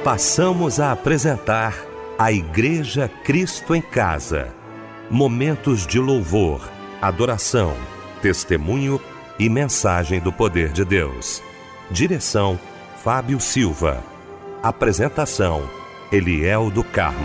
Passamos a apresentar a Igreja Cristo em Casa. Momentos de louvor, adoração, testemunho e mensagem do poder de Deus. Direção: Fábio Silva. Apresentação: Eliel do Carmo.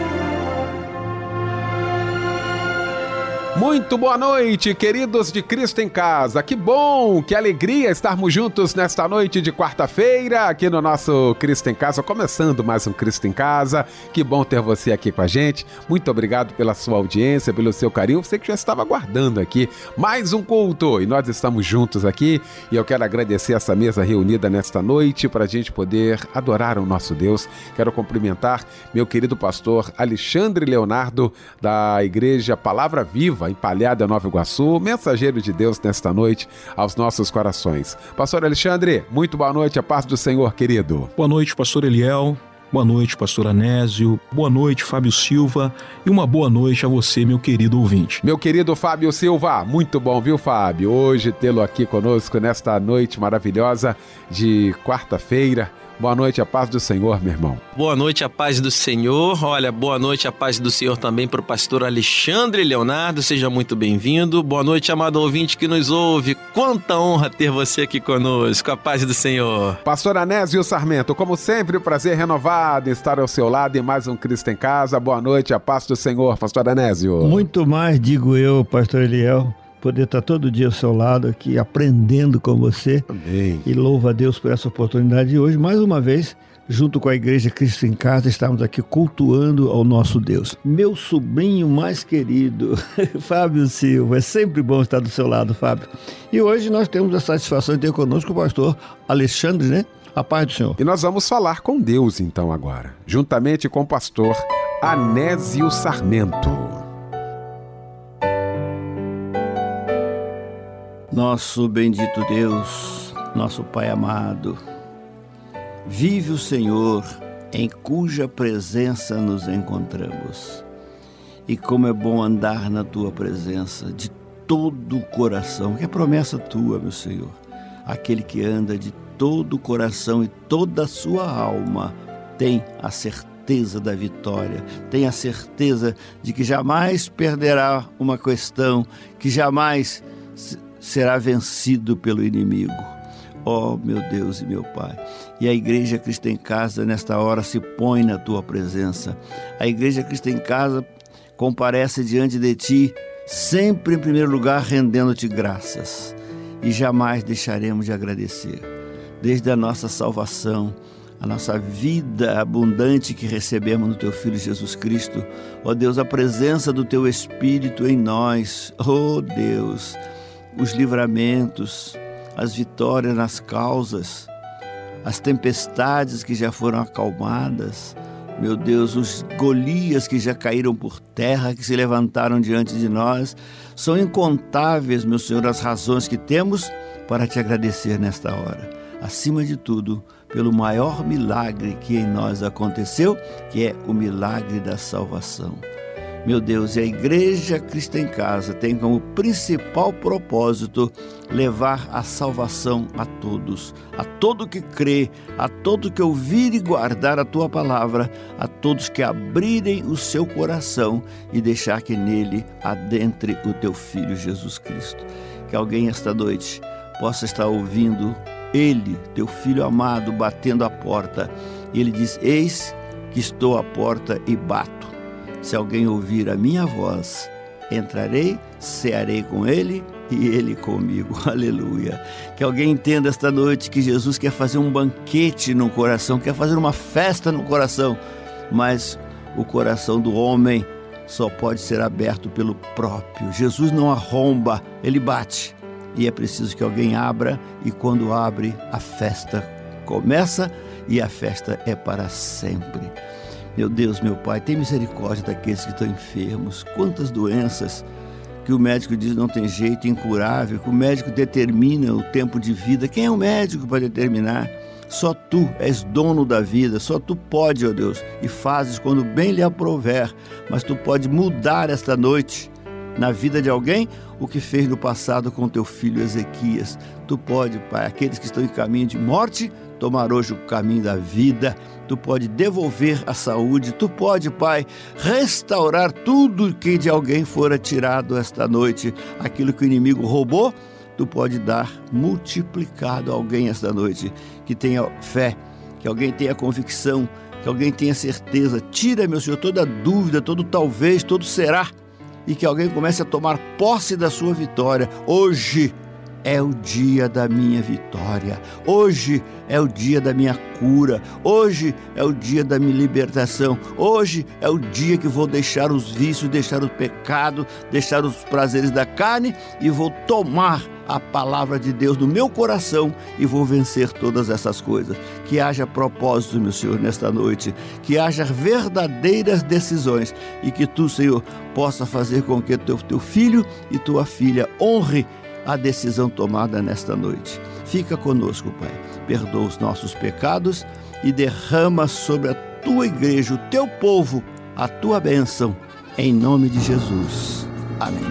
Muito boa noite, queridos de Cristo em Casa. Que bom, que alegria estarmos juntos nesta noite de quarta-feira aqui no nosso Cristo em Casa, começando mais um Cristo em Casa. Que bom ter você aqui com a gente. Muito obrigado pela sua audiência, pelo seu carinho. Você que já estava aguardando aqui mais um culto e nós estamos juntos aqui e eu quero agradecer essa mesa reunida nesta noite para a gente poder adorar o nosso Deus. Quero cumprimentar meu querido pastor Alexandre Leonardo da Igreja Palavra Viva em Palhada, Nova Iguaçu, mensageiro de Deus nesta noite aos nossos corações. Pastor Alexandre, muito boa noite, a paz do Senhor, querido. Boa noite, pastor Eliel. Boa noite, pastor Anésio. Boa noite, Fábio Silva. E uma boa noite a você, meu querido ouvinte. Meu querido Fábio Silva, muito bom, viu, Fábio? Hoje tê-lo aqui conosco nesta noite maravilhosa de quarta-feira. Boa noite, a paz do Senhor, meu irmão. Boa noite, a paz do Senhor. Olha, boa noite, a paz do Senhor também para o pastor Alexandre Leonardo. Seja muito bem-vindo. Boa noite, amado ouvinte que nos ouve. Quanta honra ter você aqui conosco. A paz do Senhor. Pastor Anésio Sarmento, como sempre, prazer renovado em estar ao seu lado em mais um Cristo em Casa. Boa noite, a paz do Senhor, pastor Anésio. Muito mais, digo eu, pastor Eliel, poder estar todo dia ao seu lado aqui, aprendendo com você. Amém. E louva a Deus por essa oportunidade de hoje, mais uma vez, junto com a Igreja Cristo em Casa, estamos aqui cultuando ao nosso Deus. Meu sobrinho mais querido, Fábio Silva, é sempre bom estar do seu lado, Fábio. E hoje nós temos a satisfação de ter conosco o pastor Alexandre, né? A paz do Senhor. E nós vamos falar com Deus, então, agora, juntamente com o pastor Anésio Sarmento. Nosso bendito Deus, nosso Pai amado, vive o Senhor em cuja presença nos encontramos. E como é bom andar na Tua presença de todo o coração, que é promessa Tua, meu Senhor. Aquele que anda de todo o coração e toda a sua alma tem a certeza da vitória, tem a certeza de que jamais perderá uma questão, que jamais será vencido pelo inimigo. Oh, meu Deus e meu Pai. E a Igreja Cristo em Casa, nesta hora, se põe na Tua presença. A Igreja Cristo em Casa comparece diante de Ti, sempre em primeiro lugar, rendendo-Te graças. E jamais deixaremos de agradecer. Desde a nossa salvação, a nossa vida abundante que recebemos no Teu Filho Jesus Cristo. Oh, Deus, a presença do Teu Espírito em nós. Oh, Deus, os livramentos, as vitórias nas causas, as tempestades que já foram acalmadas, meu Deus, os Golias que já caíram por terra, que se levantaram diante de nós, são incontáveis, meu Senhor, as razões que temos para Te agradecer nesta hora. Acima de tudo, pelo maior milagre que em nós aconteceu, que é o milagre da salvação. Meu Deus, e a Igreja Cristo em Casa tem como principal propósito levar a salvação a todos, a todo que crê, a todo que ouvir e guardar a Tua palavra, a todos que abrirem o seu coração e deixar que nele adentre o Teu Filho Jesus Cristo. Que alguém esta noite possa estar ouvindo Ele, Teu Filho amado, batendo a porta. E Ele diz: eis que estou à porta e bato. Se alguém ouvir a minha voz, entrarei, cearei com ele e ele comigo. Aleluia. Que alguém entenda esta noite que Jesus quer fazer um banquete no coração, quer fazer uma festa no coração, mas o coração do homem só pode ser aberto pelo próprio. Jesus não arromba, Ele bate. E é preciso que alguém abra, e quando abre, a festa começa e a festa é para sempre. Meu Deus, meu Pai, tem misericórdia daqueles que estão enfermos. Quantas doenças que o médico diz não tem jeito, incurável, que o médico determina o tempo de vida. Quem é o médico para determinar? Só Tu és dono da vida, só Tu pode, ó Deus, e fazes quando bem lhe aprouver. Mas Tu pode mudar esta noite na vida de alguém o que fez no passado com teu filho Ezequias. Tu pode, Pai, aqueles que estão em caminho de morte, tomar hoje o caminho da vida. Tu pode devolver a saúde. Tu pode, Pai, restaurar tudo que de alguém fora tirado esta noite. Aquilo que o inimigo roubou, tu pode dar multiplicado a alguém esta noite. Que tenha fé, que alguém tenha convicção, que alguém tenha certeza. Tira, meu Senhor, toda dúvida, todo talvez, todo será, e que alguém comece a tomar posse da sua vitória. Hoje é o dia da minha vitória. Hoje é o dia da minha cura. Hoje é o dia da minha libertação. Hoje é o dia que vou deixar os vícios, deixar o pecado, deixar os prazeres da carne e vou tomar a palavra de Deus no meu coração e vou vencer todas essas coisas. Que haja propósito, meu Senhor, nesta noite. Que haja verdadeiras decisões e que tu, Senhor, possa fazer com que teu filho e tua filha honre a decisão tomada nesta noite. Fica conosco, Pai. Perdoa os nossos pecados e derrama sobre a tua igreja, o teu povo, a tua bênção. Em nome de Jesus. Amém.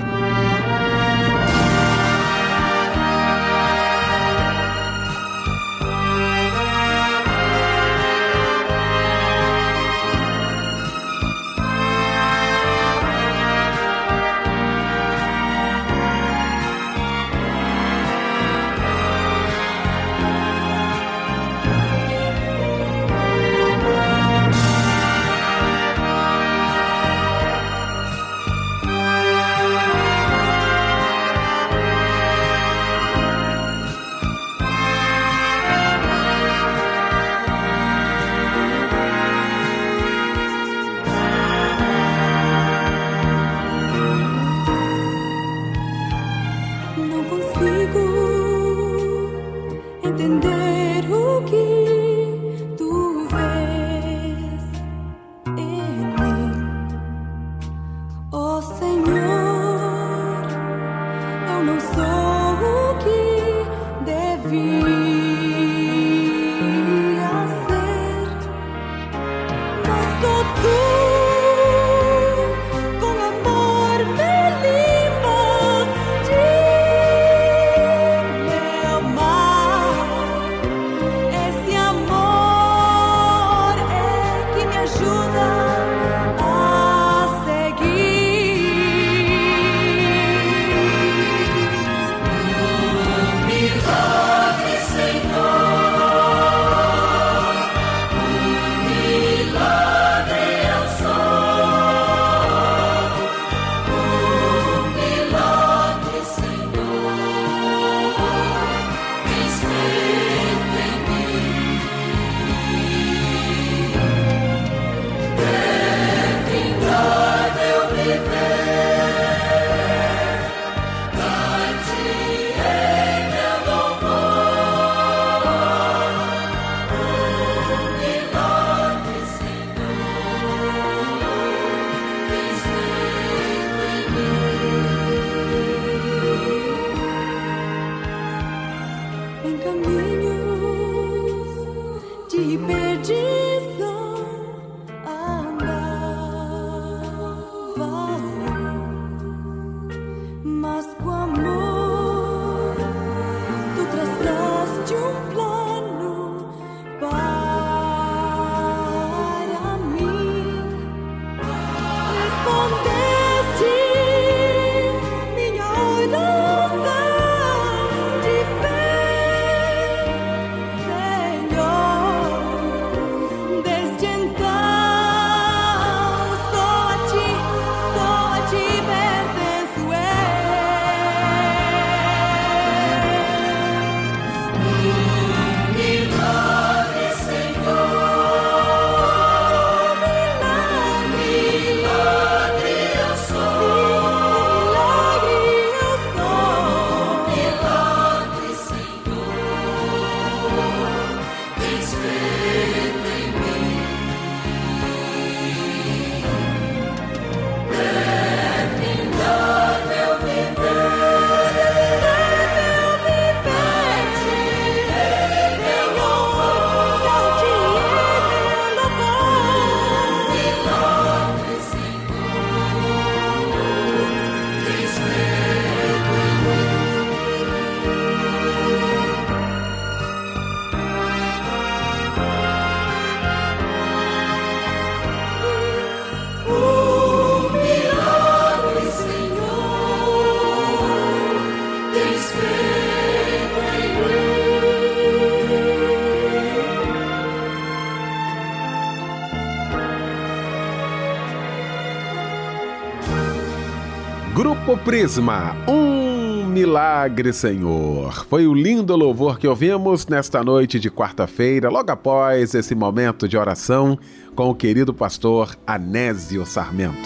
Grupo Prisma, um milagre, Senhor. Foi o lindo louvor que ouvimos nesta noite de quarta-feira, logo após esse momento de oração com o querido pastor Anésio Sarmento.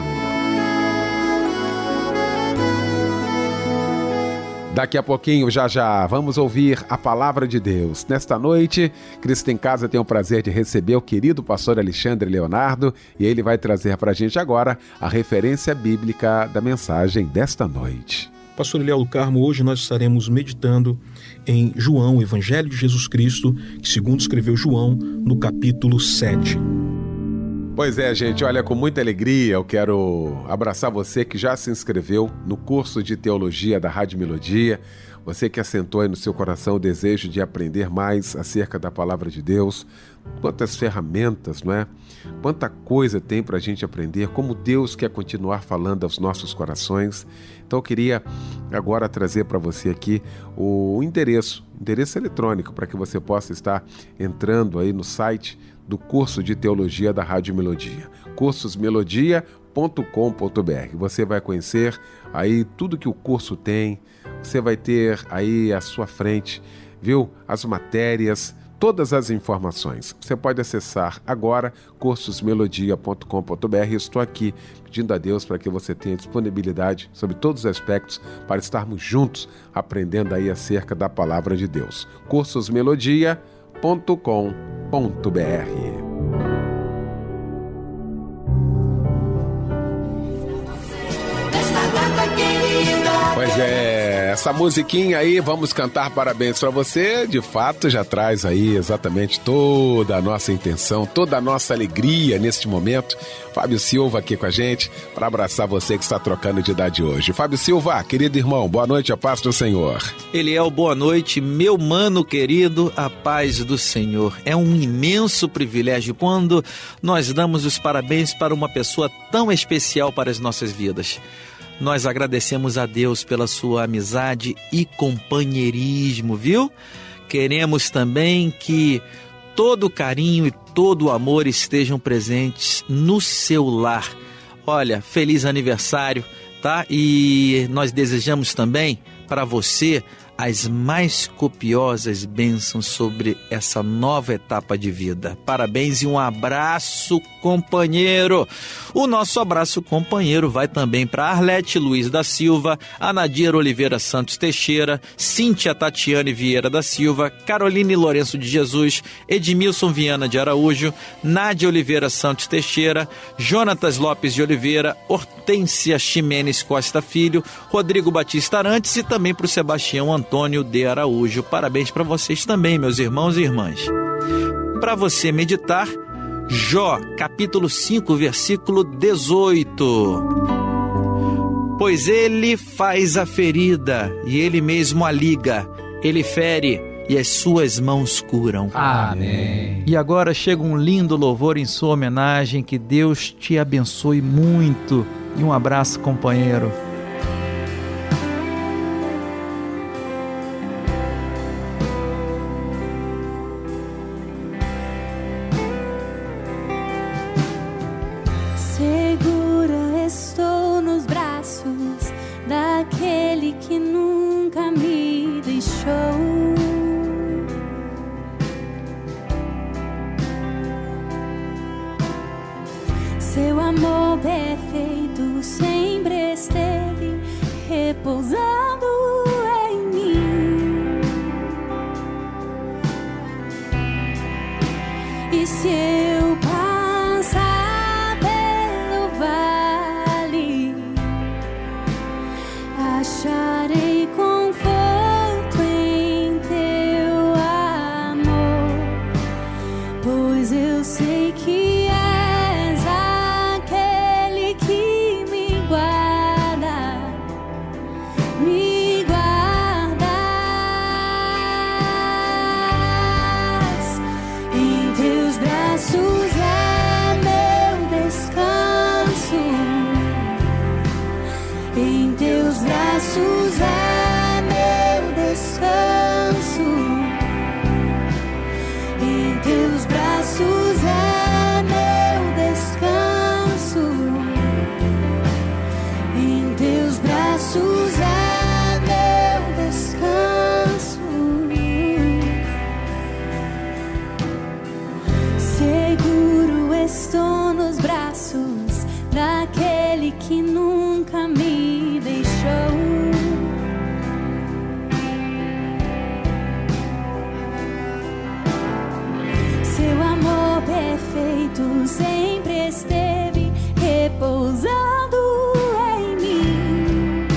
Daqui a pouquinho, já, vamos ouvir a palavra de Deus. Nesta noite, Cristo em Casa tem o prazer de receber o querido pastor Alexandre Leonardo e ele vai trazer para a gente agora a referência bíblica da mensagem desta noite. Pastor Eliel do Carmo, hoje nós estaremos meditando em João, o Evangelho de Jesus Cristo, que segundo escreveu João, no capítulo 7. Pois é, gente, olha, com muita alegria eu quero abraçar você que já se inscreveu no curso de teologia da Rádio Melodia, você que assentou aí no seu coração o desejo de aprender mais acerca da palavra de Deus, quantas ferramentas, não é? Quanta coisa tem para a gente aprender, como Deus quer continuar falando aos nossos corações. Então eu queria agora trazer para você aqui o endereço eletrônico para que você possa estar entrando aí no site do curso de teologia da Rádio Melodia, cursosmelodia.com.br. Você vai conhecer aí tudo que o curso tem, você vai ter aí à sua frente, viu, as matérias, todas as informações. Você pode acessar agora cursosmelodia.com.br. Estou aqui pedindo a Deus para que você tenha disponibilidade sobre todos os aspectos para estarmos juntos aprendendo aí acerca da palavra de Deus. cursosmelodia.com.br. Pois é, essa musiquinha aí, vamos cantar parabéns para você, de fato já traz aí exatamente toda a nossa intenção, toda a nossa alegria neste momento. Fábio Silva aqui com a gente para abraçar você que está trocando de idade hoje. Fábio Silva, querido irmão, boa noite, a paz do Senhor. Eliel, boa noite, meu mano querido, a paz do Senhor. É um imenso privilégio quando nós damos os parabéns para uma pessoa tão especial para as nossas vidas. Nós agradecemos a Deus pela sua amizade e companheirismo, viu? Queremos também que todo o carinho e todo o amor estejam presentes no seu lar. Olha, feliz aniversário, tá? E nós desejamos também para você as mais copiosas bênçãos sobre essa nova etapa de vida. Parabéns e um abraço, companheiro. O nosso abraço, companheiro, vai também para Arlete Luiz da Silva, Anadir Oliveira Santos Teixeira, Cíntia Tatiane Vieira da Silva, Caroline Lourenço de Jesus, Edmilson Viana de Araújo, Nádia Oliveira Santos Teixeira, Jonatas Lopes de Oliveira, Hortência Ximenes Costa Filho, Rodrigo Batista Arantes e também para o Sebastião Antônio de Araújo. Parabéns para vocês também, meus irmãos e irmãs. Para você meditar, Jó, capítulo 5, versículo 18. Pois ele faz a ferida e ele mesmo a liga, ele fere e as suas mãos curam. Amém. E agora chega um lindo louvor em sua homenagem, que Deus te abençoe muito. E um abraço, companheiro. Segura estou nos braços daquele que nunca me deixou. Seu amor perfeito sempre esteve perfeito sempre esteve repousando em mim.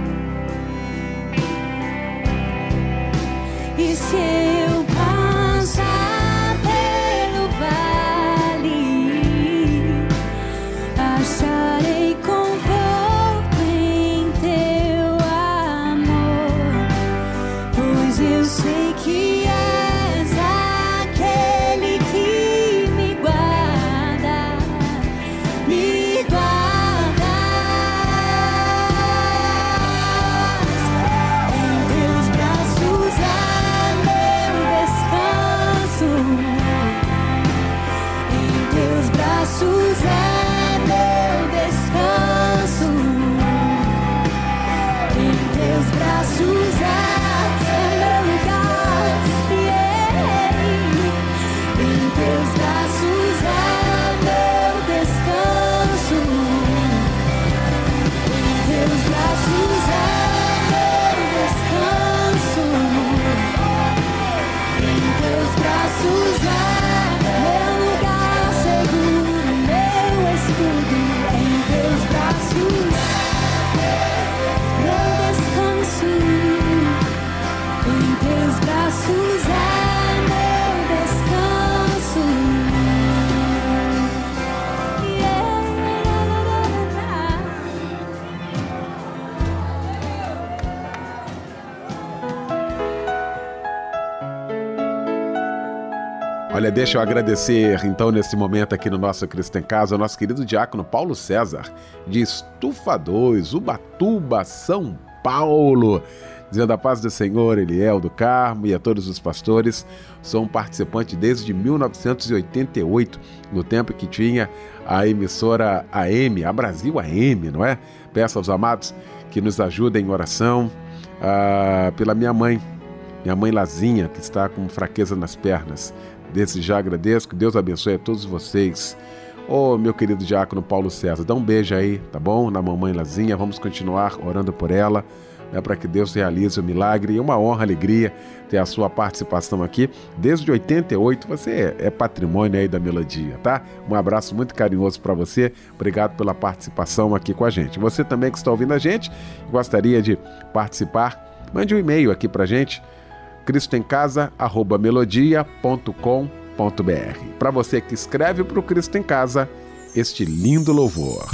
E se eu passar pelo vale, acharei conforto em teu amor, pois eu sei que és aquele que me guarda, me guarda. Em teus braços há meu descanso, em teus braços é meu descanso, em teus braços é meu lugar, em teus braços é meu descanso, em teus braços é meu descanso, em teus braços é meu lugar seguro, meu escudo, em teus braços meu descanso, em teus braços é meu descanso. Olha, deixa eu agradecer, então, nesse momento aqui no nosso Cristo em Casa, o nosso querido diácono Paulo César, de Estufa 2, Ubatuba, São Paulo, dizendo a paz do Senhor, Eliel do Carmo, e a todos os pastores. Sou um participante desde 1988, no tempo que tinha a emissora AM, a Brasil AM, não é? Peço aos amados que nos ajudem em oração pela minha mãe Lazinha, que está com fraqueza nas pernas. Desde já agradeço, que Deus abençoe a todos vocês. Ô, meu querido diácono Paulo César, dá um beijo aí, tá bom? Na mamãe Lazinha, vamos continuar orando por ela, né, para que Deus realize o milagre. E uma honra, alegria ter a sua participação aqui. Desde 88, você é patrimônio aí da Melodia, tá? Um abraço muito carinhoso para você. Obrigado pela participação aqui com a gente. Você também que está ouvindo a gente, gostaria de participar, mande um e-mail aqui pra gente, cristoemcasa@melodia.com.br. Para você que escreve para o Cristo em Casa, este lindo louvor.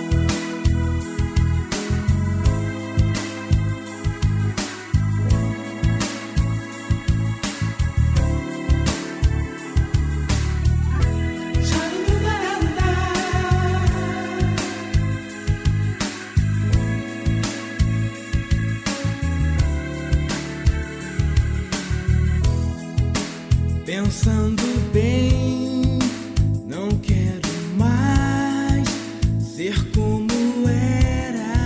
Pensando bem, não quero mais ser como era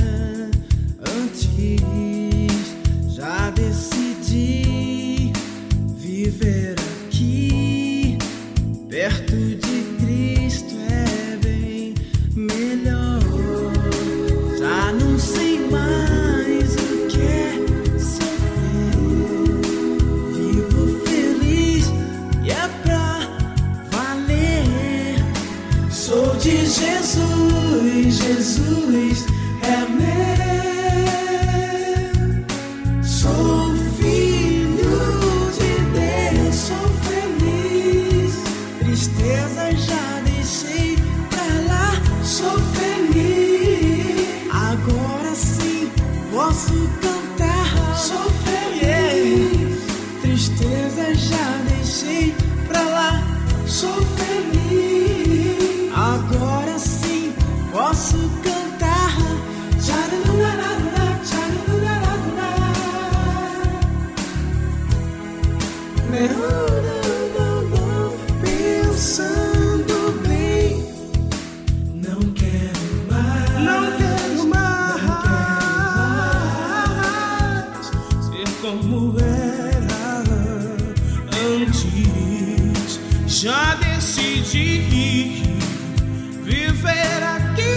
antes. Já decidi viver aqui, perto de Cristo é bem melhor. Já não sei mais o que é sofrer. Vivo feliz e é pra valer. Sou de Jesus, Jesus é meu. Sou filho de Deus, sou feliz. Tristeza já deixei pra lá, sou feliz. Agora sim posso cantar, sou feliz. Tristeza já deixei pra lá, sou feliz. Agora sim posso cantar. Tcharararará, tcharararará. Pensando bem, não quero mais, não quero mais ser como era antes. Já decidi viver aqui,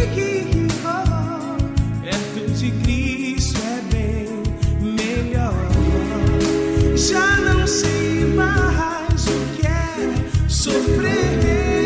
perto de Cristo é bem melhor. Já não sei mais o que é sofrer.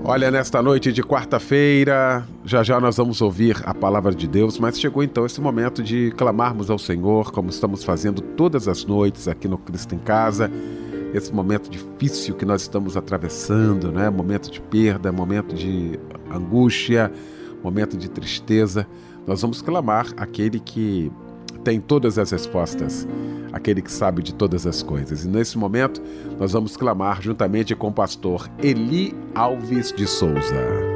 Olha, nesta noite de quarta-feira, já nós vamos ouvir a palavra de Deus, mas chegou então esse momento de clamarmos ao Senhor, como estamos fazendo todas as noites aqui no Cristo em Casa. Esse momento difícil que nós estamos atravessando, né? Momento de perda, momento de angústia, momento de tristeza. Nós vamos clamar àquele que tem todas as respostas, aquele que sabe de todas as coisas. E nesse momento nós vamos clamar juntamente com o pastor Eli Alves de Souza.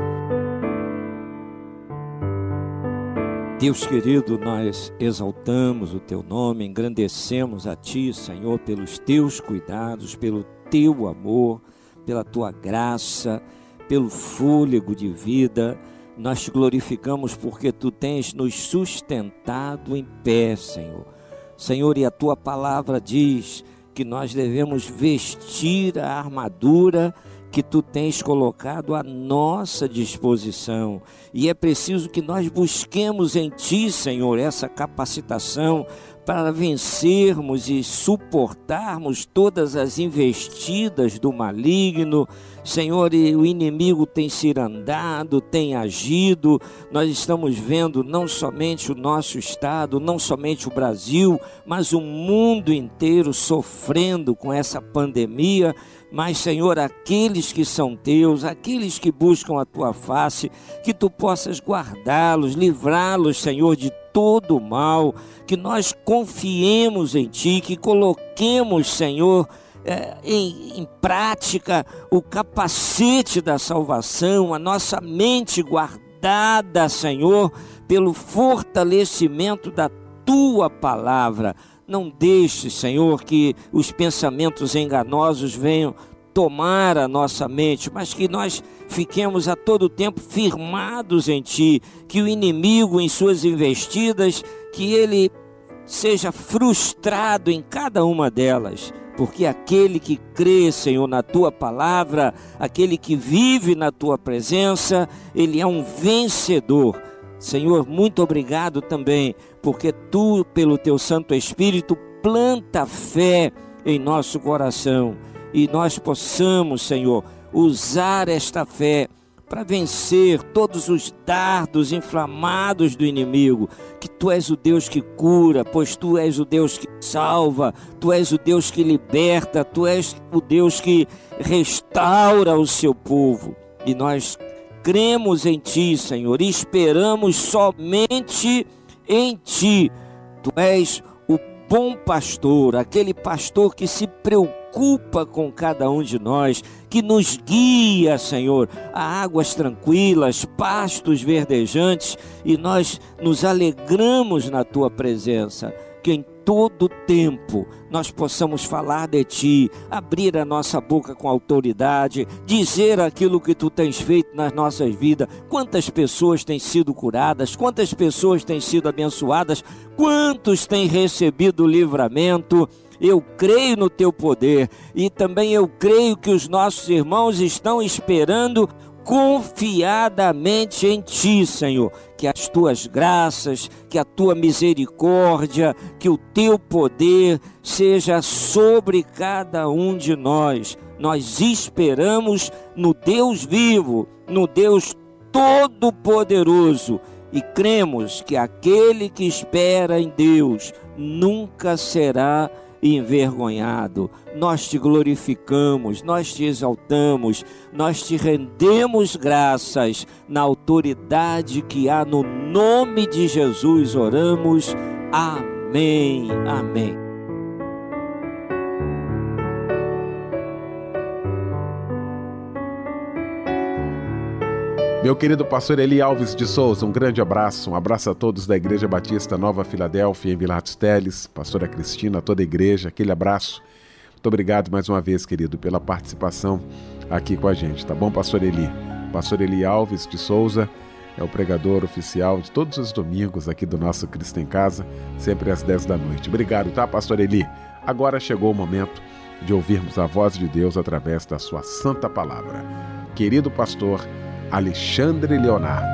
Deus querido, nós exaltamos o Teu nome, engrandecemos a Ti, Senhor, pelos Teus cuidados, pelo Teu amor, pela Tua graça, pelo fôlego de vida. Nós Te glorificamos porque Tu tens nos sustentado em pé, Senhor. Senhor, e a Tua palavra diz que nós devemos vestir a armadura que Tu tens colocado à nossa disposição. E é preciso que nós busquemos em Ti, Senhor, essa capacitação para vencermos e suportarmos todas as investidas do maligno. Senhor, e o inimigo tem cirandado, tem agido. Nós estamos vendo não somente o nosso estado, não somente o Brasil, mas o mundo inteiro sofrendo com essa pandemia. Mas, Senhor, aqueles que são Teus, aqueles que buscam a Tua face, que Tu possas guardá-los, livrá-los, Senhor, de todo o mal, que nós confiemos em Ti, que coloquemos, Senhor, em prática o capacete da salvação, a nossa mente guardada, Senhor, pelo fortalecimento da Tua palavra. Não deixe, Senhor, que os pensamentos enganosos venham tomar a nossa mente, mas que nós fiquemos a todo tempo firmados em Ti, que o inimigo em suas investidas, que ele seja frustrado em cada uma delas, porque aquele que crê, Senhor, na Tua palavra, aquele que vive na Tua presença, ele é um vencedor. Senhor, muito obrigado também, porque Tu, pelo Teu Santo Espírito, planta fé em nosso coração, e nós possamos, Senhor, usar esta fé para vencer todos os dardos inflamados do inimigo, que Tu és o Deus que cura, pois Tu és o Deus que salva, Tu és o Deus que liberta, Tu és o Deus que restaura o Seu povo, e nós cremos em Ti, Senhor, e esperamos somente em Ti. Tu és o bom pastor, aquele pastor que se preocupa com cada um de nós, que nos guia, Senhor, a águas tranquilas, pastos verdejantes, e nós nos alegramos na Tua presença, que em todo tempo nós possamos falar de Ti, abrir a nossa boca com autoridade, dizer aquilo que Tu tens feito nas nossas vidas. Quantas pessoas têm sido curadas, quantas pessoas têm sido abençoadas, quantos têm recebido o livramento. Eu creio no Teu poder, e também eu creio que os nossos irmãos estão esperando confiadamente em Ti, Senhor, que as Tuas graças, que a Tua misericórdia, que o Teu poder seja sobre cada um de nós. Nós esperamos no Deus vivo, no Deus todo-poderoso, e cremos que aquele que espera em Deus nunca será envergonhado. Nós Te glorificamos, nós Te exaltamos, nós Te rendemos graças. Na autoridade que há no nome de Jesus oramos. Amém, amém. Meu querido pastor Eli Alves de Souza, um grande abraço. Um abraço a todos da Igreja Batista Nova Filadélfia, em Vila dos Teles, pastora Cristina, toda a igreja, aquele abraço. Muito obrigado mais uma vez, querido, pela participação aqui com a gente, tá bom, pastor Eli? Pastor Eli Alves de Souza é o pregador oficial de todos os domingos aqui do nosso Cristo em Casa, sempre às 10 da noite. Obrigado, tá, pastor Eli? Agora chegou o momento de ouvirmos a voz de Deus através da sua santa palavra. Querido pastor Alexandre Leonardo.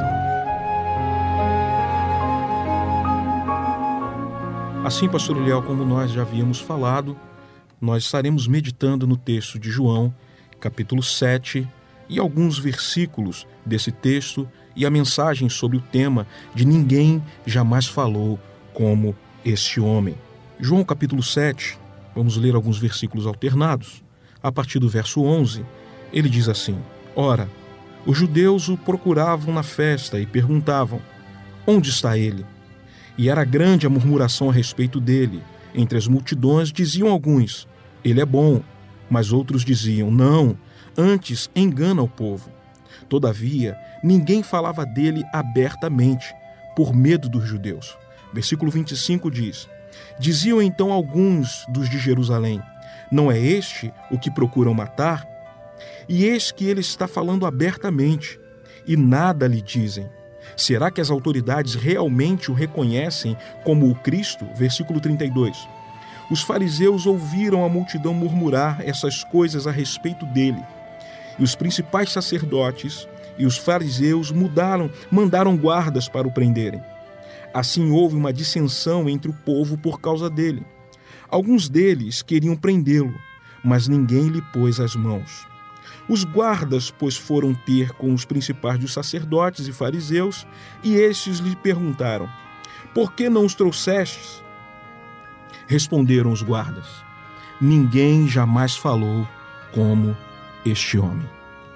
Assim, pastor Eliel, como nós já havíamos falado, nós estaremos meditando no texto de João, capítulo 7, e alguns versículos desse texto e a mensagem sobre o tema de ninguém jamais falou como este homem. João capítulo 7, vamos ler alguns versículos alternados. A partir do verso 11, ele diz assim: Ora, os judeus o procuravam na festa e perguntavam: onde está ele? E era grande a murmuração a respeito dele. Entre as multidões diziam alguns: ele é bom, mas outros diziam: não, antes engana o povo. Todavia, ninguém falava dele abertamente, por medo dos judeus. Versículo 25 diz: diziam então alguns dos de Jerusalém: não é este o que procuram matar? E eis que ele está falando abertamente, e nada lhe dizem. Será que as autoridades realmente o reconhecem como o Cristo? Versículo 32. Os fariseus ouviram a multidão murmurar essas coisas a respeito dele. E os principais sacerdotes e os fariseus mandaram guardas para o prenderem. Assim houve uma dissensão entre o povo por causa dele. Alguns deles queriam prendê-lo, mas ninguém lhe pôs as mãos. Os guardas, pois, foram ter com os principais dos sacerdotes e fariseus, e estes lhe perguntaram: por que não os trouxestes? Responderam os guardas: ninguém jamais falou como este homem.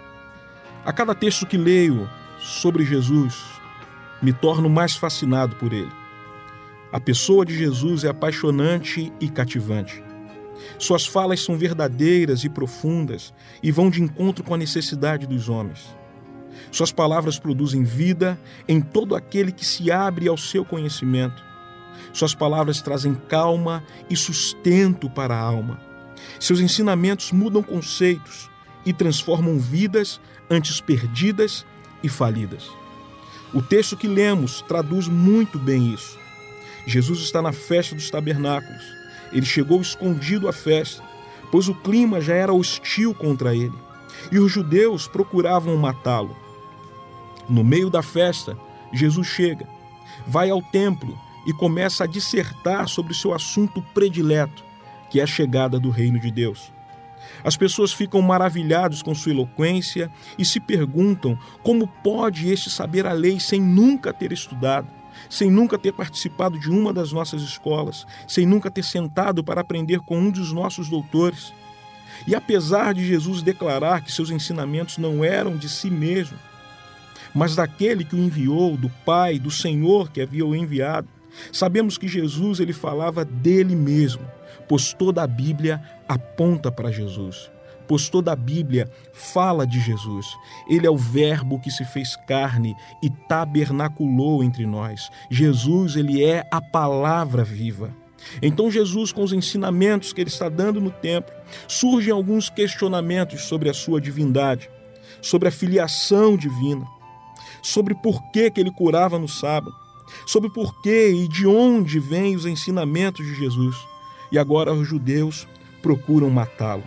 A cada texto que leio sobre Jesus, me torno mais fascinado por ele. A pessoa de Jesus é apaixonante e cativante. Suas falas são verdadeiras e profundas e vão de encontro com a necessidade dos homens. Suas palavras produzem vida em todo aquele que se abre ao seu conhecimento. Suas palavras trazem calma e sustento para a alma. Seus ensinamentos mudam conceitos e transformam vidas antes perdidas e falidas. O texto que lemos traduz muito bem isso. Jesus está na festa dos tabernáculos. Ele chegou escondido à festa, pois o clima já era hostil contra ele, e os judeus procuravam matá-lo. No meio da festa, Jesus chega, vai ao templo e começa a dissertar sobre o seu assunto predileto, que é a chegada do reino de Deus. As pessoas ficam maravilhadas com sua eloquência e se perguntam como pode este saber a lei sem nunca ter estudado, sem nunca ter participado de uma das nossas escolas, sem nunca ter sentado para aprender com um dos nossos doutores. E apesar de Jesus declarar que seus ensinamentos não eram de si mesmo, mas daquele que o enviou, do Pai, do Senhor que havia o enviado, sabemos que Jesus ele falava dele mesmo, pois toda a Bíblia aponta para Jesus. Pois toda a Bíblia fala de Jesus. Ele é o Verbo que se fez carne e tabernaculou entre nós. Jesus, ele é a palavra viva. Então Jesus, com os ensinamentos que ele está dando no templo, surgem alguns questionamentos sobre a sua divindade, sobre a filiação divina, sobre por que ele curava no sábado, sobre por que e de onde vêm os ensinamentos de Jesus. E agora os judeus procuram matá-lo.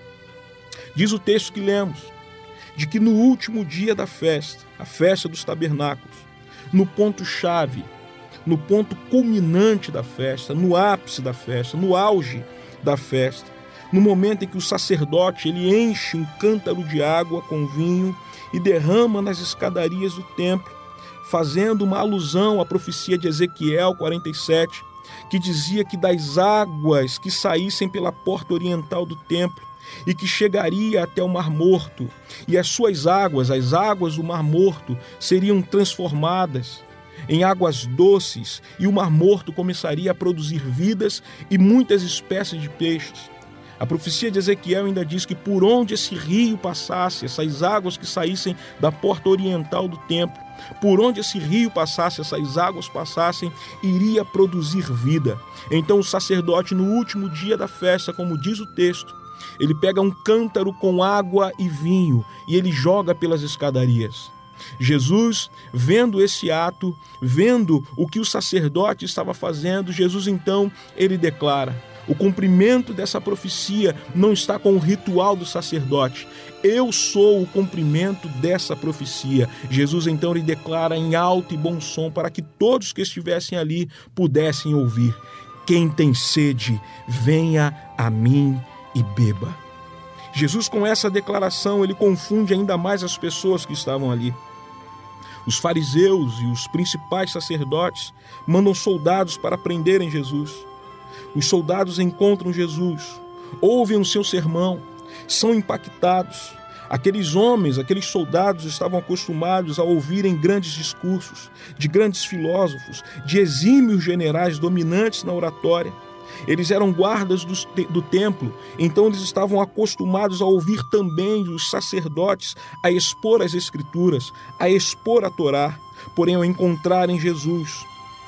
Diz o texto que lemos, de que no último dia da festa, a festa dos tabernáculos, no ponto-chave, no ponto culminante da festa, no ápice da festa, no auge da festa, no momento em que o sacerdote ele enche um cântaro de água com vinho e derrama nas escadarias do templo, fazendo uma alusão à profecia de Ezequiel 47, que dizia que das águas que saíssem pela porta oriental do templo e que chegaria até o Mar Morto, e as suas águas, as águas do Mar Morto, seriam transformadas em águas doces, e o Mar Morto começaria a produzir vidas e muitas espécies de peixes. A profecia de Ezequiel ainda diz que por onde esse rio passasse, essas águas que saíssem da porta oriental do templo, por onde esse rio passasse, essas águas passassem, iria produzir vida. Então o sacerdote, no último dia da festa, como diz o texto, ele pega um cântaro com água e vinho e ele joga pelas escadarias. Jesus, vendo esse ato, vendo o que o sacerdote estava fazendo, Jesus então, ele declara: o cumprimento dessa profecia não está com o ritual do sacerdote. Eu sou o cumprimento dessa profecia. Jesus então ele declara em alto e bom som para que todos que estivessem ali pudessem ouvir: quem tem sede, venha a mim e beba. Jesus, com essa declaração, ele confunde ainda mais as pessoas que estavam ali. Os fariseus e os principais sacerdotes mandam soldados para prenderem Jesus. Os soldados encontram Jesus, ouvem o seu sermão, são impactados. Aqueles homens, aqueles soldados estavam acostumados a ouvirem grandes discursos de grandes filósofos, de exímios generais dominantes na oratória. Eles eram guardas do templo, então eles estavam acostumados a ouvir também os sacerdotes a expor as escrituras, a expor a Torá. Porém, ao encontrarem Jesus,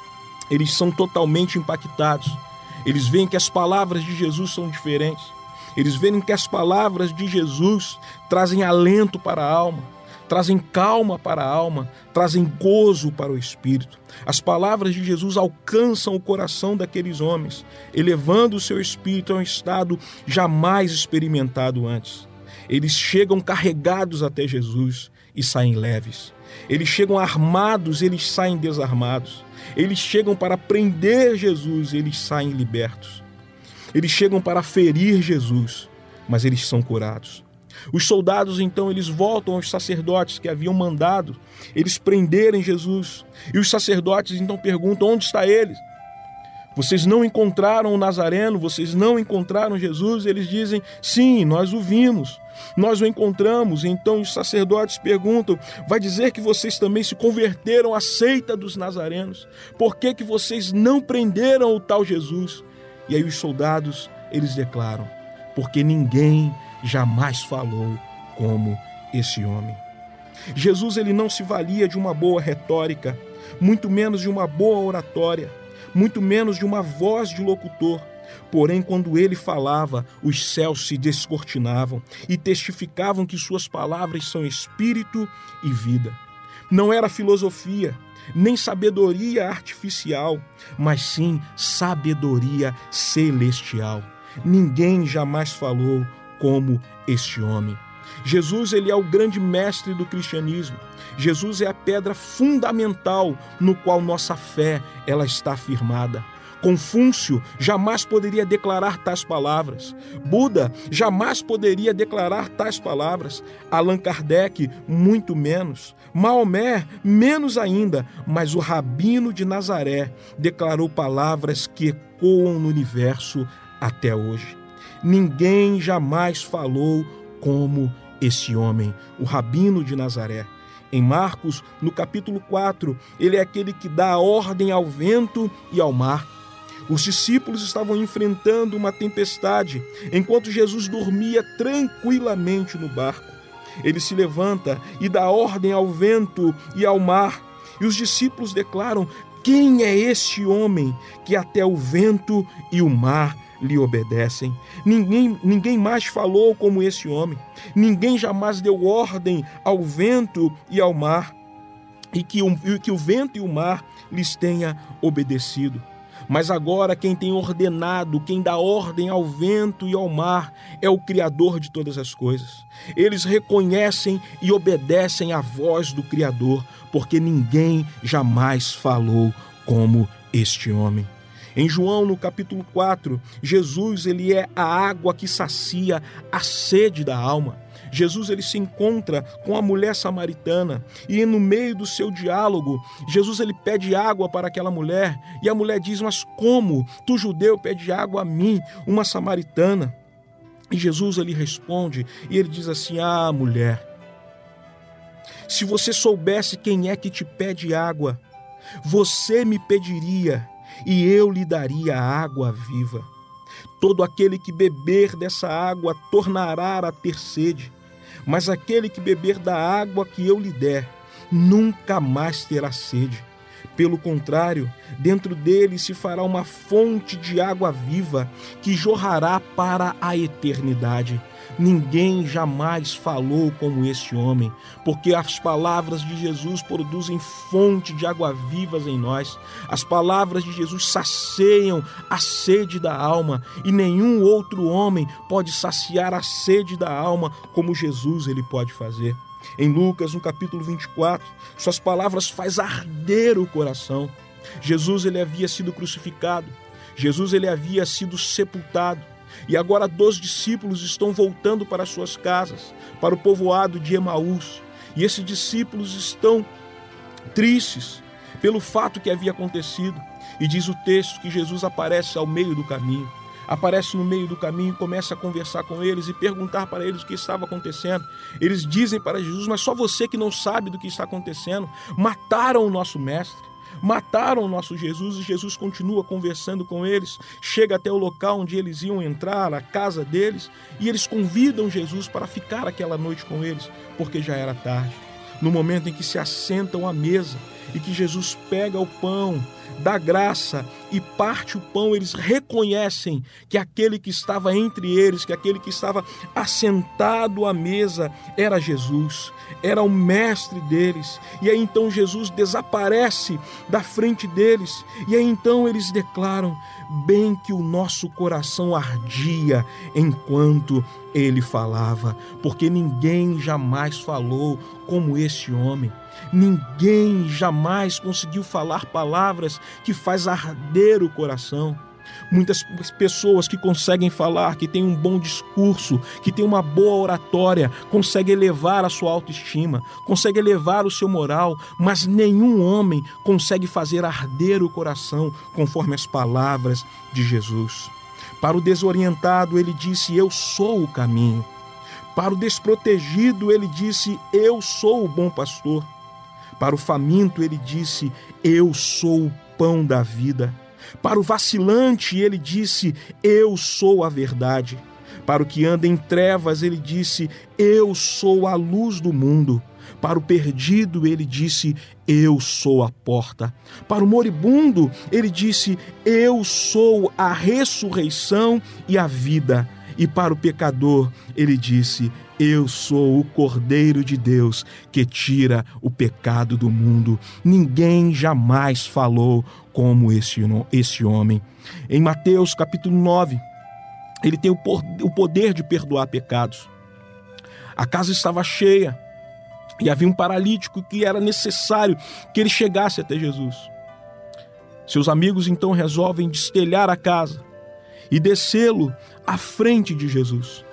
eles são totalmente impactados. Eles veem que as palavras de Jesus são diferentes. Eles veem que as palavras de Jesus trazem alento para a alma, trazem calma para a alma, trazem gozo para o espírito. As palavras de Jesus alcançam o coração daqueles homens, elevando o seu espírito a um estado jamais experimentado antes. Eles chegam carregados até Jesus e saem leves. Eles chegam armados, eles saem desarmados. Eles chegam para prender Jesus, eles saem libertos. Eles chegam para ferir Jesus, mas eles são curados. Os soldados, então, eles voltam aos sacerdotes que haviam mandado eles prenderem Jesus. E os sacerdotes, então, perguntam: onde está ele? Vocês não encontraram o Nazareno? Vocês não encontraram Jesus? Eles dizem: sim, nós o vimos, nós o encontramos. Então os sacerdotes perguntam: vai dizer que vocês também se converteram à seita dos nazarenos? Por que que vocês não prenderam o tal Jesus? E aí os soldados, eles declaram: porque ninguém jamais falou como esse homem. Jesus, ele não se valia de uma boa retórica, muito menos de uma boa oratória, muito menos de uma voz de locutor. Porém, quando ele falava, os céus se descortinavam e testificavam que suas palavras são espírito e vida. Não era filosofia, nem sabedoria artificial, mas sim sabedoria celestial. Ninguém jamais falou como este homem. Jesus, ele é o grande mestre do cristianismo. Jesus é a pedra fundamental no qual nossa fé ela está firmada. Confúcio jamais poderia declarar tais palavras. Buda jamais poderia declarar tais palavras. Allan Kardec, muito menos. Maomé, menos ainda. Mas o Rabino de Nazaré declarou palavras que ecoam no universo até hoje. Ninguém jamais falou como esse homem, o Rabino de Nazaré. Em Marcos, no capítulo 4, ele é aquele que dá a ordem ao vento e ao mar. Os discípulos estavam enfrentando uma tempestade, enquanto Jesus dormia tranquilamente no barco. Ele se levanta e dá ordem ao vento e ao mar. E os discípulos declaram: quem é este homem que até o vento e o mar lhe obedecem? Ninguém mais falou como esse homem. Ninguém jamais deu ordem ao vento e ao mar, e que o vento e o mar lhes tenha obedecido. Mas agora quem tem ordenado, quem dá ordem ao vento e ao mar é o Criador de todas as coisas. Eles reconhecem e obedecem à voz do Criador, porque ninguém jamais falou como este homem. Em João, no capítulo 4, Jesus, ele é a água que sacia a sede da alma. Jesus, ele se encontra com a mulher samaritana e no meio do seu diálogo, Jesus, ele pede água para aquela mulher e a mulher diz: mas como? Tu, judeu, pede água a mim, uma samaritana? E Jesus, ele responde e ele diz assim: ah, mulher, se você soubesse quem é que te pede água, você me pediria e eu lhe daria a água viva. Todo aquele que beber dessa água tornará a ter sede, mas aquele que beber da água que eu lhe der, nunca mais terá sede. Pelo contrário, dentro dele se fará uma fonte de água viva que jorrará para a eternidade. Ninguém jamais falou como este homem, porque as palavras de Jesus produzem fonte de água vivas em nós. As palavras de Jesus saciam a sede da alma, e nenhum outro homem pode saciar a sede da alma como Jesus ele pode fazer. Em Lucas, no capítulo 24, suas palavras faz arder o coração. Jesus, ele havia sido crucificado. Jesus, ele havia sido sepultado. E agora 2 discípulos estão voltando para suas casas, para o povoado de Emaús. E esses discípulos estão tristes pelo fato que havia acontecido. E diz o texto que Jesus aparece ao meio do caminho. Aparece no meio do caminho, começa a conversar com eles e perguntar para eles o que estava acontecendo. Eles dizem para Jesus: mas só você que não sabe do que está acontecendo. Mataram o nosso mestre, mataram o nosso Jesus. E Jesus continua conversando com eles, chega até o local onde eles iam entrar, a casa deles, e eles convidam Jesus para ficar aquela noite com eles, porque já era tarde. No momento em que se assentam à mesa e que Jesus pega o pão, dá graça e parte o pão, eles reconhecem que aquele que estava entre eles, que aquele que estava assentado à mesa era Jesus, era o mestre deles. E aí então Jesus desaparece da frente deles, e aí então eles declaram: bem que o nosso coração ardia enquanto ele falava, porque ninguém jamais falou como esse homem. Ninguém jamais conseguiu falar palavras que faz arder o coração. Muitas pessoas que conseguem falar, que têm um bom discurso, que têm uma boa oratória, conseguem elevar a sua autoestima, conseguem elevar o seu moral, mas nenhum homem consegue fazer arder o coração conforme as palavras de Jesus. Para o desorientado, ele disse: eu sou o caminho. Para o desprotegido, ele disse: eu sou o bom pastor. Para o faminto, ele disse: eu sou o pão da vida. Para o vacilante, ele disse: eu sou a verdade. Para o que anda em trevas, ele disse: eu sou a luz do mundo. Para o perdido, ele disse: eu sou a porta. Para o moribundo, ele disse: eu sou a ressurreição e a vida. E para o pecador, ele disse: eu sou o Cordeiro de Deus que tira o pecado do mundo. Ninguém jamais falou como esse homem. Em Mateus capítulo 9, ele tem o poder de perdoar pecados. A casa estava cheia e havia um paralítico que era necessário que ele chegasse até Jesus. Seus amigos então resolvem destelhar a casa e descê-lo à frente de Jesus.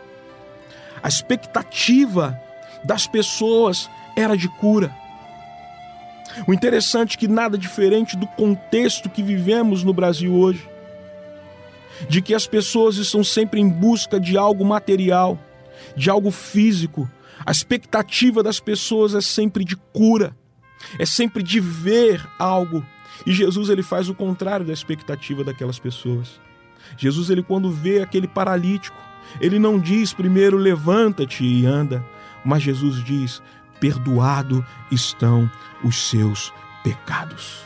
A expectativa das pessoas era de cura. O interessante é que nada diferente do contexto que vivemos no Brasil hoje, de que as pessoas estão sempre em busca de algo material, de algo físico. A expectativa das pessoas é sempre de cura, é sempre de ver algo. E Jesus, ele faz o contrário da expectativa daquelas pessoas. Jesus, ele quando vê aquele paralítico, ele não diz primeiro: levanta-te e anda, mas Jesus diz: perdoado estão os seus pecados.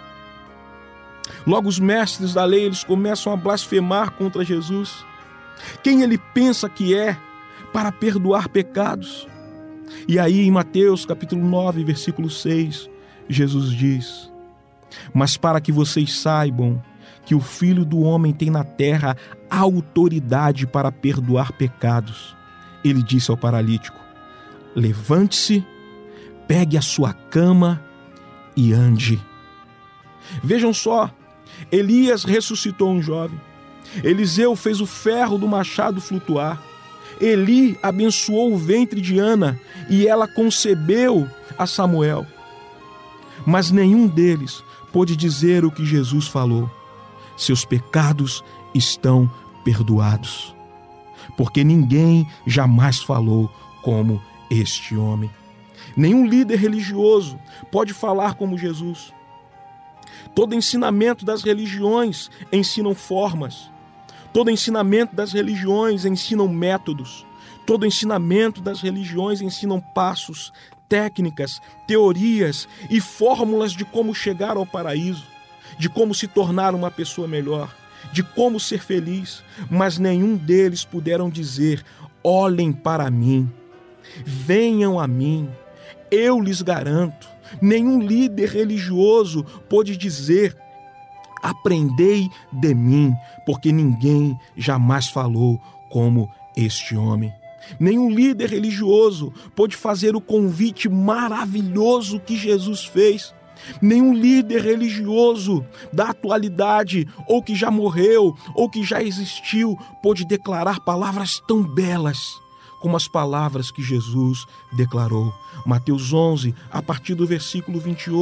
Logo os mestres da lei, eles começam a blasfemar contra Jesus. Quem ele pensa que é para perdoar pecados? E aí em Mateus capítulo 9, versículo 6, Jesus diz: mas para que vocês saibam que o Filho do Homem tem na terra autoridade para perdoar pecados, ele disse ao paralítico: levante-se, pegue a sua cama e ande. Vejam só, Elias ressuscitou um jovem, Eliseu fez o ferro do machado flutuar, Eli abençoou o ventre de Ana e ela concebeu a Samuel. Mas nenhum deles pôde dizer o que Jesus falou: seus pecados estão perdoados. Porque ninguém jamais falou como este homem. Nenhum líder religioso pode falar como Jesus. Todo ensinamento das religiões ensinam formas. Todo ensinamento das religiões ensinam métodos. Todo ensinamento das religiões ensinam passos, técnicas, teorias e fórmulas de como chegar ao paraíso, de como se tornar uma pessoa melhor, de como ser feliz, mas nenhum deles puderam dizer: olhem para mim, venham a mim, eu lhes garanto. Nenhum líder religioso pôde dizer: aprendei de mim, porque ninguém jamais falou como este homem. Nenhum líder religioso pôde fazer o convite maravilhoso que Jesus fez. Nenhum líder religioso da atualidade, ou que já morreu, ou que já existiu, pôde declarar palavras tão belas como as palavras que Jesus declarou. Mateus 11, a partir do versículo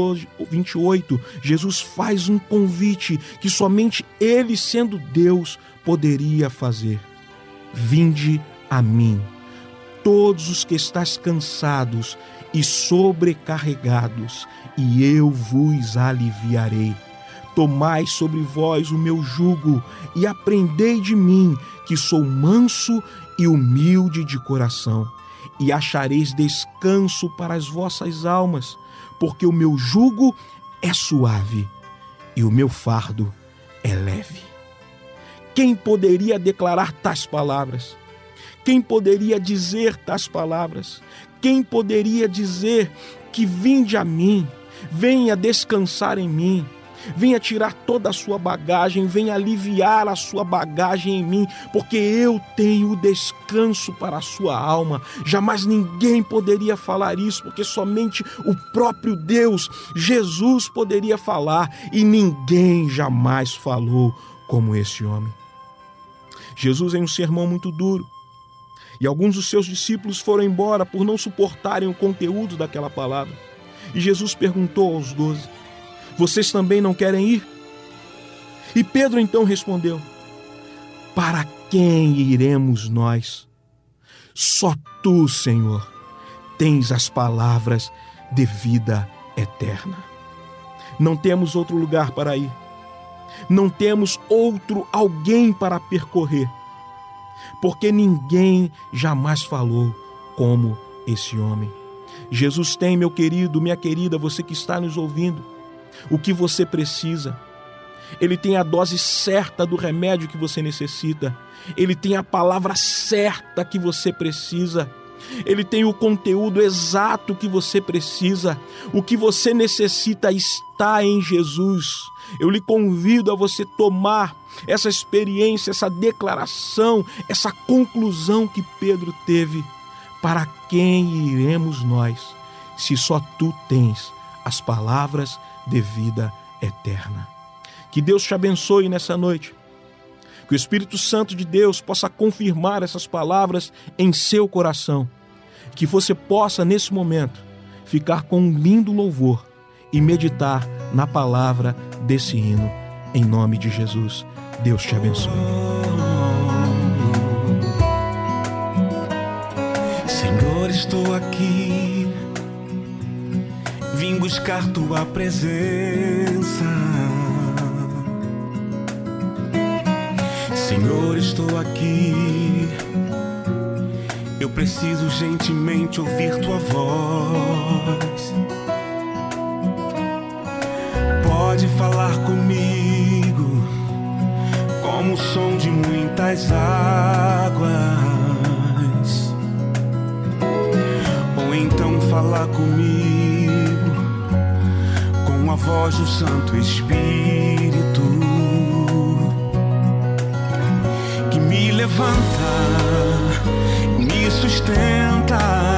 28, Jesus faz um convite que somente Ele, sendo Deus, poderia fazer. Vinde a mim, todos os que estáis cansados e sobrecarregados, e eu vos aliviarei. Tomai sobre vós o meu jugo e aprendei de mim, que sou manso e humilde de coração, e achareis descanso para as vossas almas, porque o meu jugo é suave e o meu fardo é leve. Quem poderia declarar tais palavras? Quem poderia dizer tais palavras? Quem poderia dizer que vinde a mim, venha descansar em mim, venha tirar toda a sua bagagem, venha aliviar a sua bagagem em mim, porque eu tenho descanso para a sua alma. Jamais ninguém poderia falar isso, porque somente o próprio Deus, Jesus, poderia falar, e ninguém jamais falou como esse homem. Jesus, em um sermão muito duro, e alguns dos seus discípulos foram embora por não suportarem o conteúdo daquela palavra. E Jesus perguntou aos 12, vocês também não querem ir? E Pedro então respondeu, para quem iremos nós? Só tu, Senhor, tens as palavras de vida eterna. Não temos outro lugar para ir. Não temos outro alguém para percorrer, porque ninguém jamais falou como esse homem. Jesus tem, meu querido, minha querida, você que está nos ouvindo, o que você precisa. Ele tem a dose certa do remédio que você necessita. Ele tem a palavra certa que você precisa. Ele tem o conteúdo exato que você precisa. O que você necessita está em Jesus. Eu lhe convido a você tomar essa experiência, essa declaração, essa conclusão que Pedro teve. Para quem iremos nós, se só tu tens as palavras de vida eterna? Que Deus te abençoe nessa noite. Que o Espírito Santo de Deus possa confirmar essas palavras em seu coração. Que você possa, nesse momento, ficar com um lindo louvor e meditar na palavra desse hino. Em nome de Jesus, Deus te abençoe. Senhor, estou aqui, vim buscar tua presença. Senhor, estou aqui, eu preciso urgentemente ouvir tua voz. Pode falar comigo como o som de muitas águas, ou então falar comigo com a voz do Santo Espírito, que me levanta, me sustenta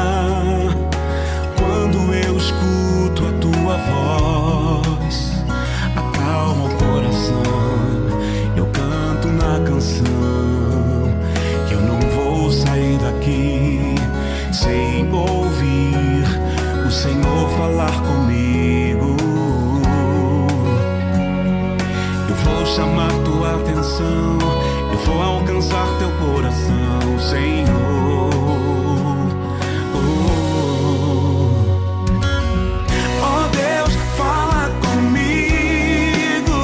quando eu escuto a tua voz. Acalma o coração, eu canto na canção, que eu não vou sair daqui sem ouvir o Senhor falar comigo. Eu vou chamar tua atenção, eu vou alcançar teu coração, Senhor. Oh Deus, fala comigo.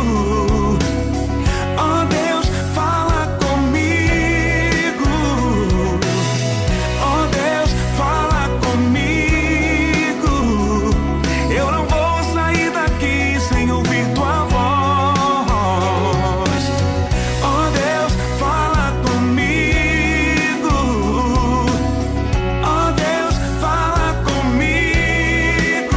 Oh Deus, fala comigo. Oh Deus, fala comigo. Eu não vou sair daqui sem ouvir tua voz. Oh Deus, fala comigo. Oh Deus, fala comigo.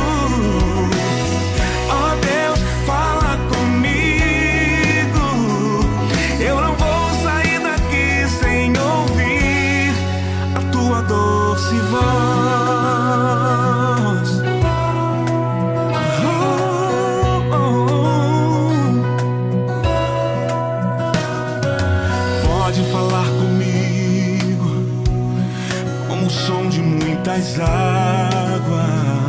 Oh Deus, fala comigo. Eu não vou sair daqui sem ouvir a tua doce voz. Oh. som de muitas águas,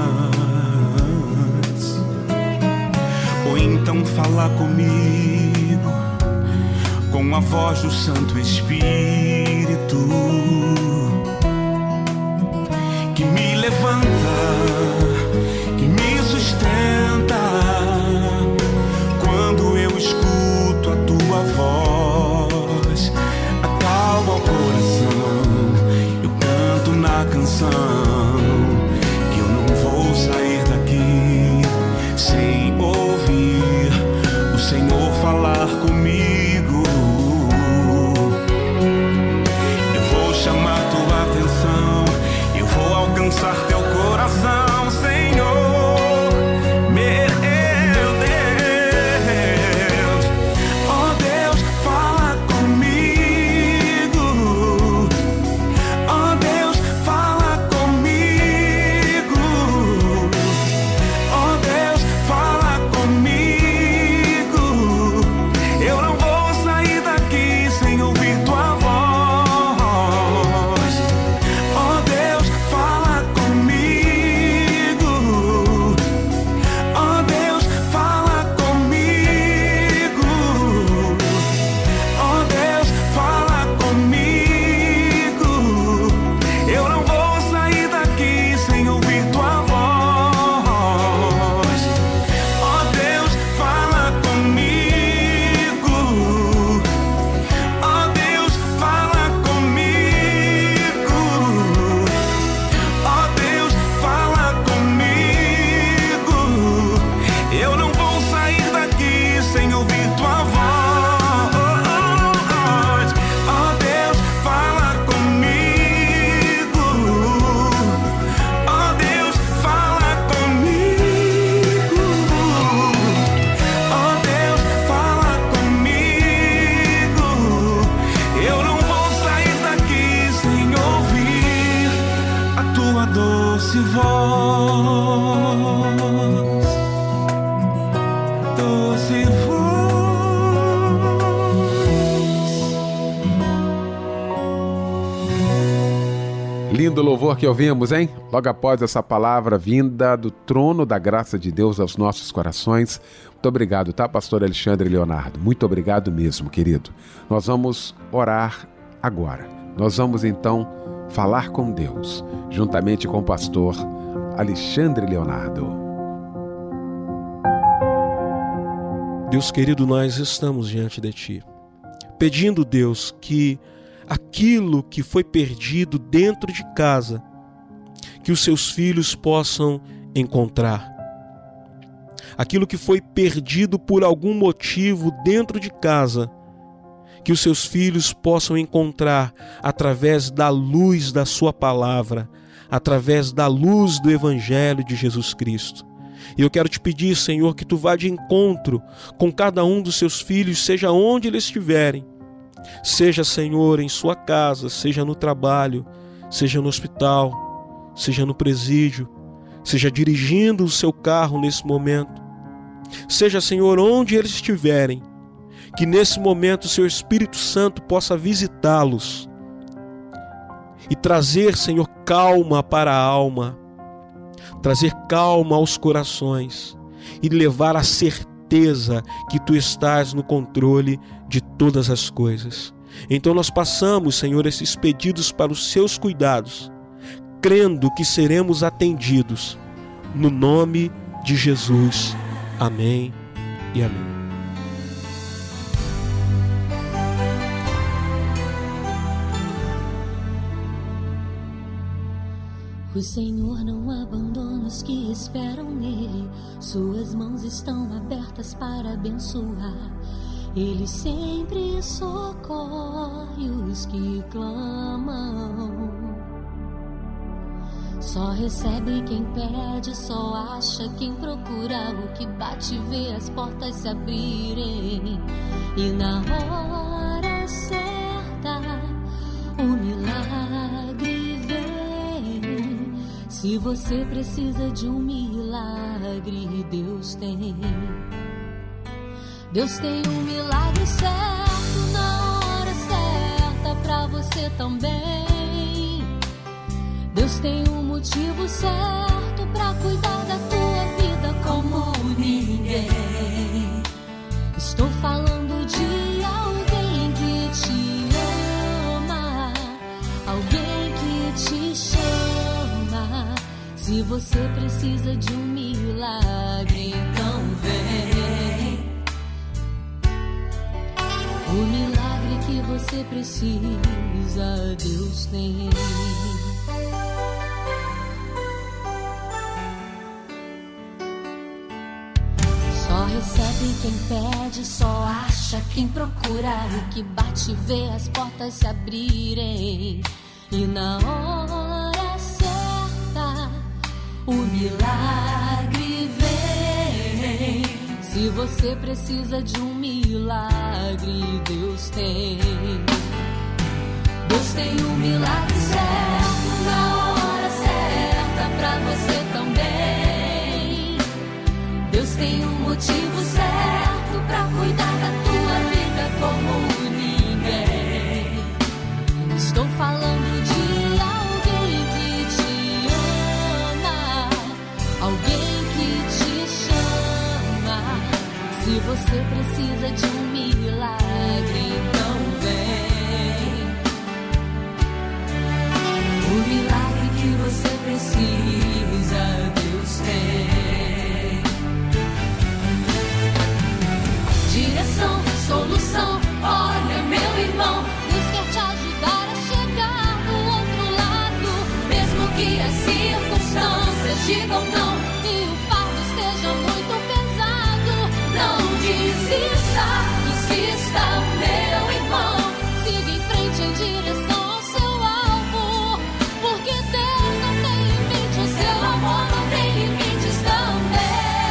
ou então falar comigo com a voz do Santo Espírito, que me levanta, que me sustenta. Quando eu escuto a tua voz, acalma o coração. Eu canto na canção que eu não vou sair daqui sem ouvir o Senhor falar comigo. Eu vou chamar tua atenção, eu vou alcançar teu coração, Senhor. Lindo louvor que ouvimos, hein? Logo após essa palavra vinda do trono da graça de Deus aos nossos corações. Muito obrigado, tá, pastor Alexandre Leonardo? Muito obrigado mesmo, querido. Nós vamos orar agora. Nós vamos, então, falar com Deus, juntamente com o pastor Alexandre Leonardo. Deus querido, nós estamos diante de Ti, pedindo, Deus, que aquilo que foi perdido dentro de casa, que os seus filhos possam encontrar. Aquilo que foi perdido por algum motivo dentro de casa, que os seus filhos possam encontrar através da luz da sua palavra, através da luz do Evangelho de Jesus Cristo. E eu quero te pedir, Senhor, que Tu vá de encontro com cada um dos seus filhos, seja onde eles estiverem. Seja, Senhor, em sua casa, seja no trabalho, seja no hospital, seja no presídio, seja dirigindo o seu carro nesse momento. Seja, Senhor, onde eles estiverem, que nesse momento o Seu Espírito Santo possa visitá-los e trazer, Senhor, calma para a alma, trazer calma aos corações e levar a certeza que Tu estás no controle de todas as coisas. Então nós passamos, Senhor, esses pedidos para os Seus cuidados, crendo que seremos atendidos, no nome de Jesus. Amém e amém. O Senhor não abandona os que esperam nele. Suas mãos estão abertas para abençoar. Ele sempre socorre os que clamam. Só recebe quem pede, só acha quem procura. O que bate vê as portas se abrirem. E na hora certa o milagre vem. Se você precisa de um milagre, Deus tem. Deus tem um milagre certo na hora certa pra você também. Deus tem um motivo certo pra cuidar da tua vida como ninguém. Estou falando de alguém que te ama, alguém que te chama. Se você precisa de um milagre, então vem. O milagre que você precisa, Deus tem. Só recebe quem pede, só acha quem procura. O que bate vê as portas se abrirem. E na hora certa, o milagre vem. Se você precisa de um milagre, Deus tem. Deus tem um milagre certo, na hora certa, pra você também. Deus tem um motivo certo pra cuidar da tua vida como ninguém. Estou falando de alguém que te ama, alguém que te chama. Se você precisa de um milagre, então vem. O milagre que você precisa, Deus tem. Direção, solução, olha meu irmão, Deus quer te ajudar a chegar do outro lado. Mesmo que as circunstâncias digam não e o fardo esteja muito pesado, não desista, insista meu irmão. Siga em frente em direção ao seu alvo, porque Deus não tem limite, o seu amor não tem limites também.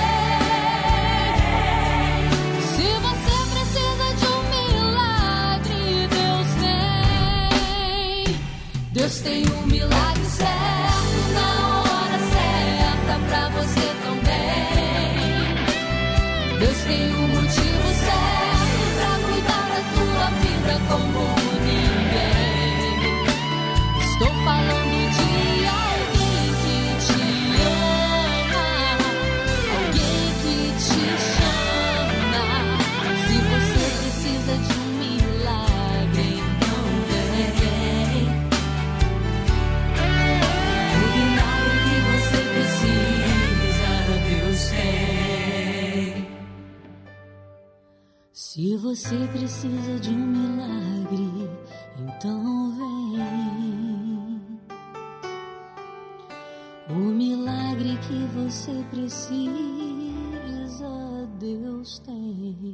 Deus tem um milagre certo, na hora certa, pra você também. Deus tem um motivo certo pra cuidar da tua vida como ninguém. Estou falando de alguém que te ama, alguém que te chama. Se você precisa de um milagre, então vem. Se você precisa de um milagre, então vem. O milagre que você precisa, Deus tem.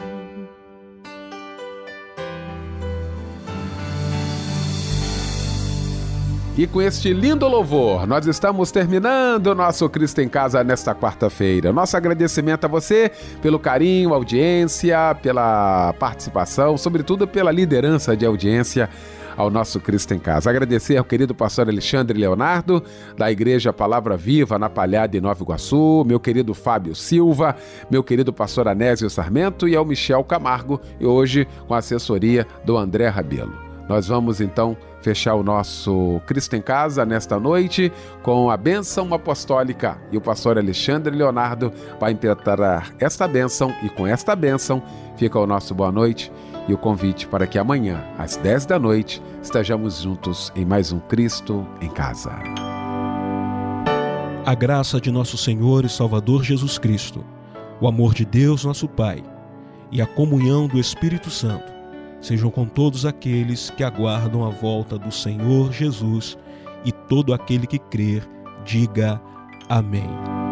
E com este lindo louvor, nós estamos terminando o nosso Cristo em Casa nesta quarta-feira. Nosso agradecimento a você pelo carinho, audiência, pela participação, sobretudo pela liderança de audiência ao nosso Cristo em Casa. Agradecer ao querido pastor Alexandre Leonardo, da Igreja Palavra Viva, na Palhada, em Nova Iguaçu, meu querido Fábio Silva, meu querido pastor Anésio Sarmento e ao Michel Camargo, e hoje com a assessoria do André Rabelo. Nós vamos então fechar o nosso Cristo em Casa nesta noite com a bênção apostólica, e o pastor Alexandre Leonardo vai impetrar esta bênção, e com esta bênção fica o nosso boa noite e o convite para que amanhã, às 10 da noite, estejamos juntos em mais um Cristo em Casa. A graça de nosso Senhor e Salvador Jesus Cristo, o amor de Deus nosso Pai e a comunhão do Espírito Santo sejam com todos aqueles que aguardam a volta do Senhor Jesus, e todo aquele que crer, diga amém.